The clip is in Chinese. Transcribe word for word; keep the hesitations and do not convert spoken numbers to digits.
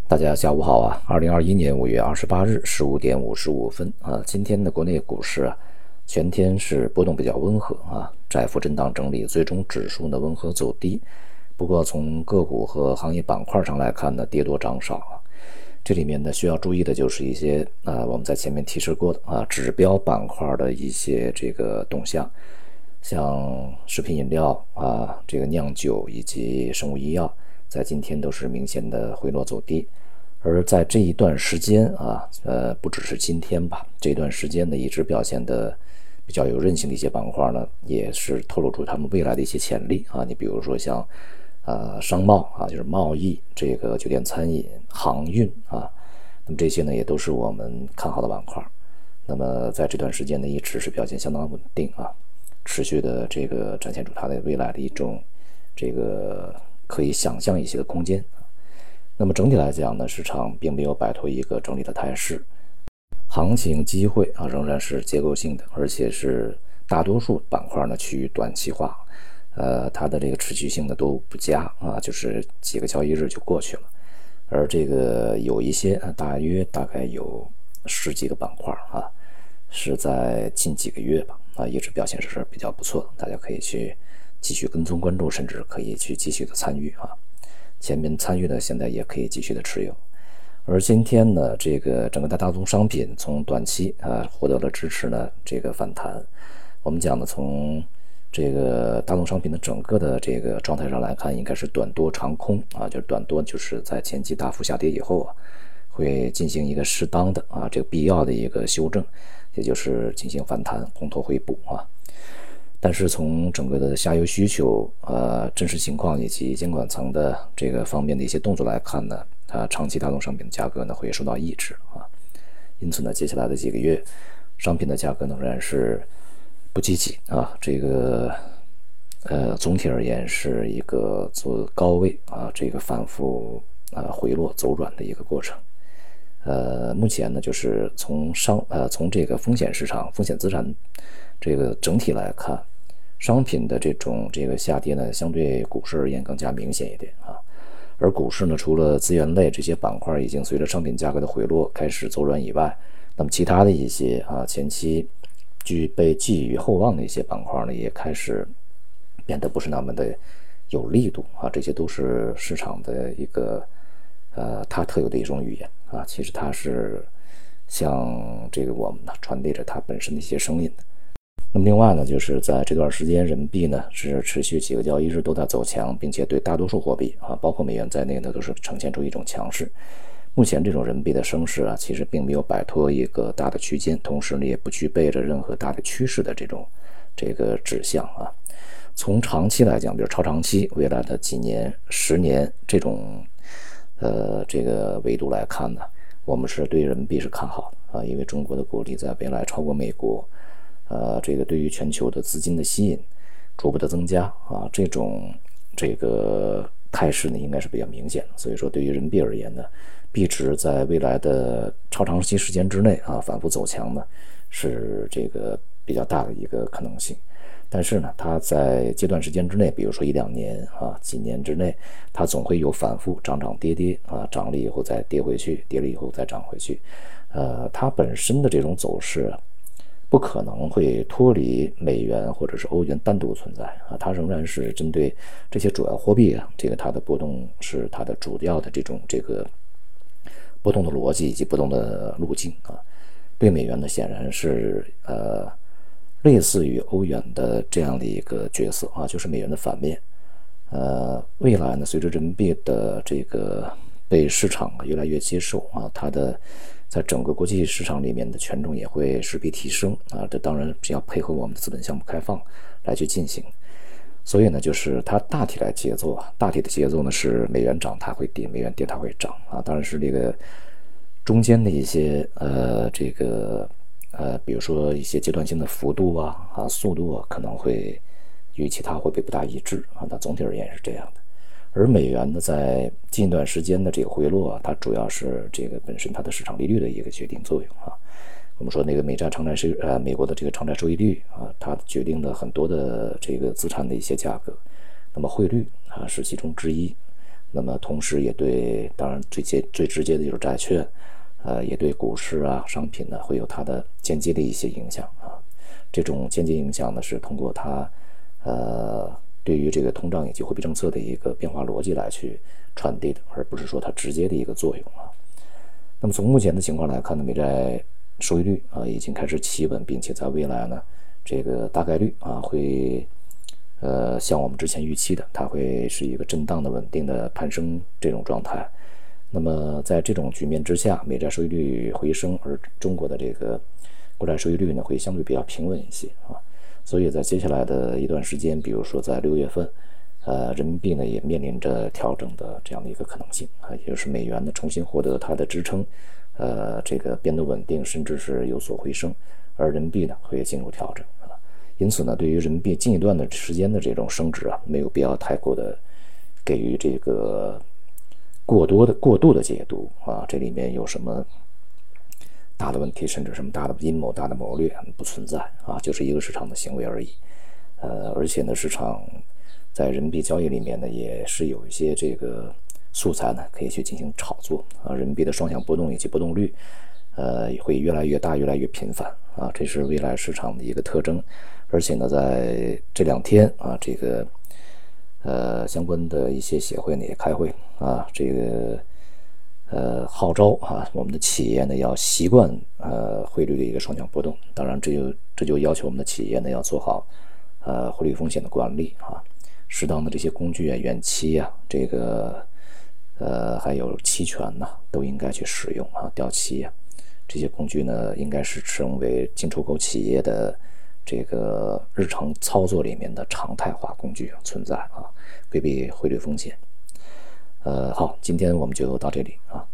大家下午好啊！二零二一年五月二十八日十五点五十五分啊，今天的国内股市啊，全天是波动比较温和啊，窄幅震荡整理，最终指数呢温和走低。不过从个股和行业板块上来看呢，跌多涨少啊。这里面呢需要注意的就是一些啊，我们在前面提示过的啊，指标板块的一些这个动向，像食品饮料啊、这个酿酒以及生物医药，在今天都是明显的回落走低。而在这一段时间啊，呃，不只是今天吧，这段时间呢一直表现的比较有韧性的一些板块呢，也是透露出他们未来的一些潜力啊。你比如说像呃商贸啊，就是贸易，这个酒店餐饮、航运啊，那么这些呢也都是我们看好的板块。那么在这段时间呢，一直是表现相当稳定啊，持续的这个展现出它的未来的一种这个可以想象一些的空间。那么整体来讲呢，市场并没有摆脱一个整理的态势，行情机会啊仍然是结构性的，而且是大多数板块呢趋于短期化，呃，它的这个持续性呢都不佳啊，就是几个交易日就过去了。而这个有一些啊，大约大概有十几个板块啊，是在近几个月吧啊，一直表现是比较不错的，大家可以去继续跟踪关注，甚至可以去继续的参与啊。前面参与的现在也可以继续的持有。而今天呢，这个整个的大宗商品从短期啊获得了支持呢，这个反弹。我们讲呢，从这个大宗商品的整个的这个状态上来看，应该是短多长空啊，就是短多就是在前期大幅下跌以后啊，会进行一个适当的啊这个必要的一个修正，也就是进行反弹空头回补啊。但是从整个的下游需求、呃真实情况以及监管层的这个方面的一些动作来看呢，它长期大宗商品的价格呢会受到抑制啊，因此呢，接下来的几个月，商品的价格呢仍然是不积极啊，这个呃总体而言是一个做高位啊这个反复啊回落走软的一个过程。呃，目前呢就是从商呃从这个风险市场、风险资产这个整体来看。商品的这种这个下跌呢，相对股市而言更加明显一点啊。而股市呢，除了资源类这些板块已经随着商品价格的回落开始走软以外，那么其他的一些啊前期具备寄予厚望的一些板块呢，也开始变得不是那么的有力度啊。这些都是市场的一个呃它特有的一种语言啊。其实它是向这个我们呢传递着它本身的一些声音的。那么另外呢，就是在这段时间，人民币呢是持续几个交易日都在走强，并且对大多数货币啊，包括美元在内呢，都是呈现出一种强势。目前这种人民币的升势啊，其实并没有摆脱一个大的区间，同时呢，也不具备着任何大的趋势的这种这个指向啊。从长期来讲，比如超长期，未来的几年、十年这种呃这个维度来看呢，我们是对人民币是看好的啊，因为中国的国力在未来超过美国。呃，这个对于全球的资金的吸引逐步的增加啊，这种这个态势呢，应该是比较明显的。所以说，对于人民币而言呢，币值在未来的超长期时间之内啊，反复走强呢，是这个比较大的一个可能性。但是呢，它在阶段时间之内，比如说一两年啊、几年之内，它总会有反复涨涨跌跌啊，涨了以后再跌回去，跌了以后再涨回去。呃，它本身的这种走势啊。不可能会脱离美元或者是欧元单独存在啊，它仍然是针对这些主要货币啊，这个它的波动是它的主要的这种这个波动的逻辑以及波动的路径啊。对美元呢，显然是呃类似于欧元的这样的一个角色啊，就是美元的反面。呃，未来呢，随着人民币的这个被市场越来越接受啊，它的在整个国际市场里面的权重也会势必提升啊，这当然是要配合我们的资本项目开放来去进行。所以呢，就是它大体来节奏啊，大体的节奏呢是美元涨它会跌，美元跌它会涨啊。当然是这个中间的一些呃这个呃，比如说一些阶段性的幅度啊啊速度啊，可能会与其他货币不大一致啊。那总体而言是这样的。而美元呢，在近一段时间的这个回落啊，它主要是这个本身它的市场利率的一个决定作用啊。我们说那个美债长债收呃美国的这个长债收益率啊，它决定了很多的这个资产的一些价格。那么汇率啊是其中之一。 那么同时也对，当然最接最直接的就是债券，呃，也对股市啊、商品呢会有它的间接的一些影响啊。这种间接影响呢是通过它，呃，对于这个通胀以及货币政策的一个变化逻辑来去传递的，而不是说它直接的一个作用啊。那么从目前的情况来看呢，美债收益率啊已经开始企稳，并且在未来呢，这个大概率啊会。呃，像我们之前预期的，它会是一个震荡的、稳定的攀升这种状态。那么在这种局面之下，美债收益率回升，而中国的这个国债收益率呢会相对比较平稳一些啊。所以在接下来的一段时间，比如说在六月份，呃，人民币呢也面临着调整的这样的一个可能性啊，也就是美元呢重新获得它的支撑，呃，这个变得稳定，甚至是有所回升，而人民币呢会进入调整。因此呢，对于人民币近一段的时间的这种升值啊，没有必要太过的给予这个过多的过度的解读啊，这里面有什么大的问题，甚至什么大的阴谋、大的谋略不存在啊，就是一个市场的行为而已。呃，而且呢，市场在人民币交易里面呢，也是有一些这个素材呢，可以去进行炒作啊，人民币的双向波动以及波动率。呃，也会越来越大，越来越频繁啊，这是未来市场的一个特征。而且呢，在这两天啊，这个呃相关的一些协会呢也开会啊，这个呃号召啊，我们的企业呢要习惯呃汇率的一个双向波动。当然，这就这就要求我们的企业呢要做好呃汇率风险的管理啊，适当的这些工具啊、远期啊，这个呃还有期权呢，都应该去使用啊，掉期啊。这些工具呢，应该是成为进出口企业的这个日常操作里面的常态化工具存在啊，规避汇率风险。呃，好，今天我们就到这里啊。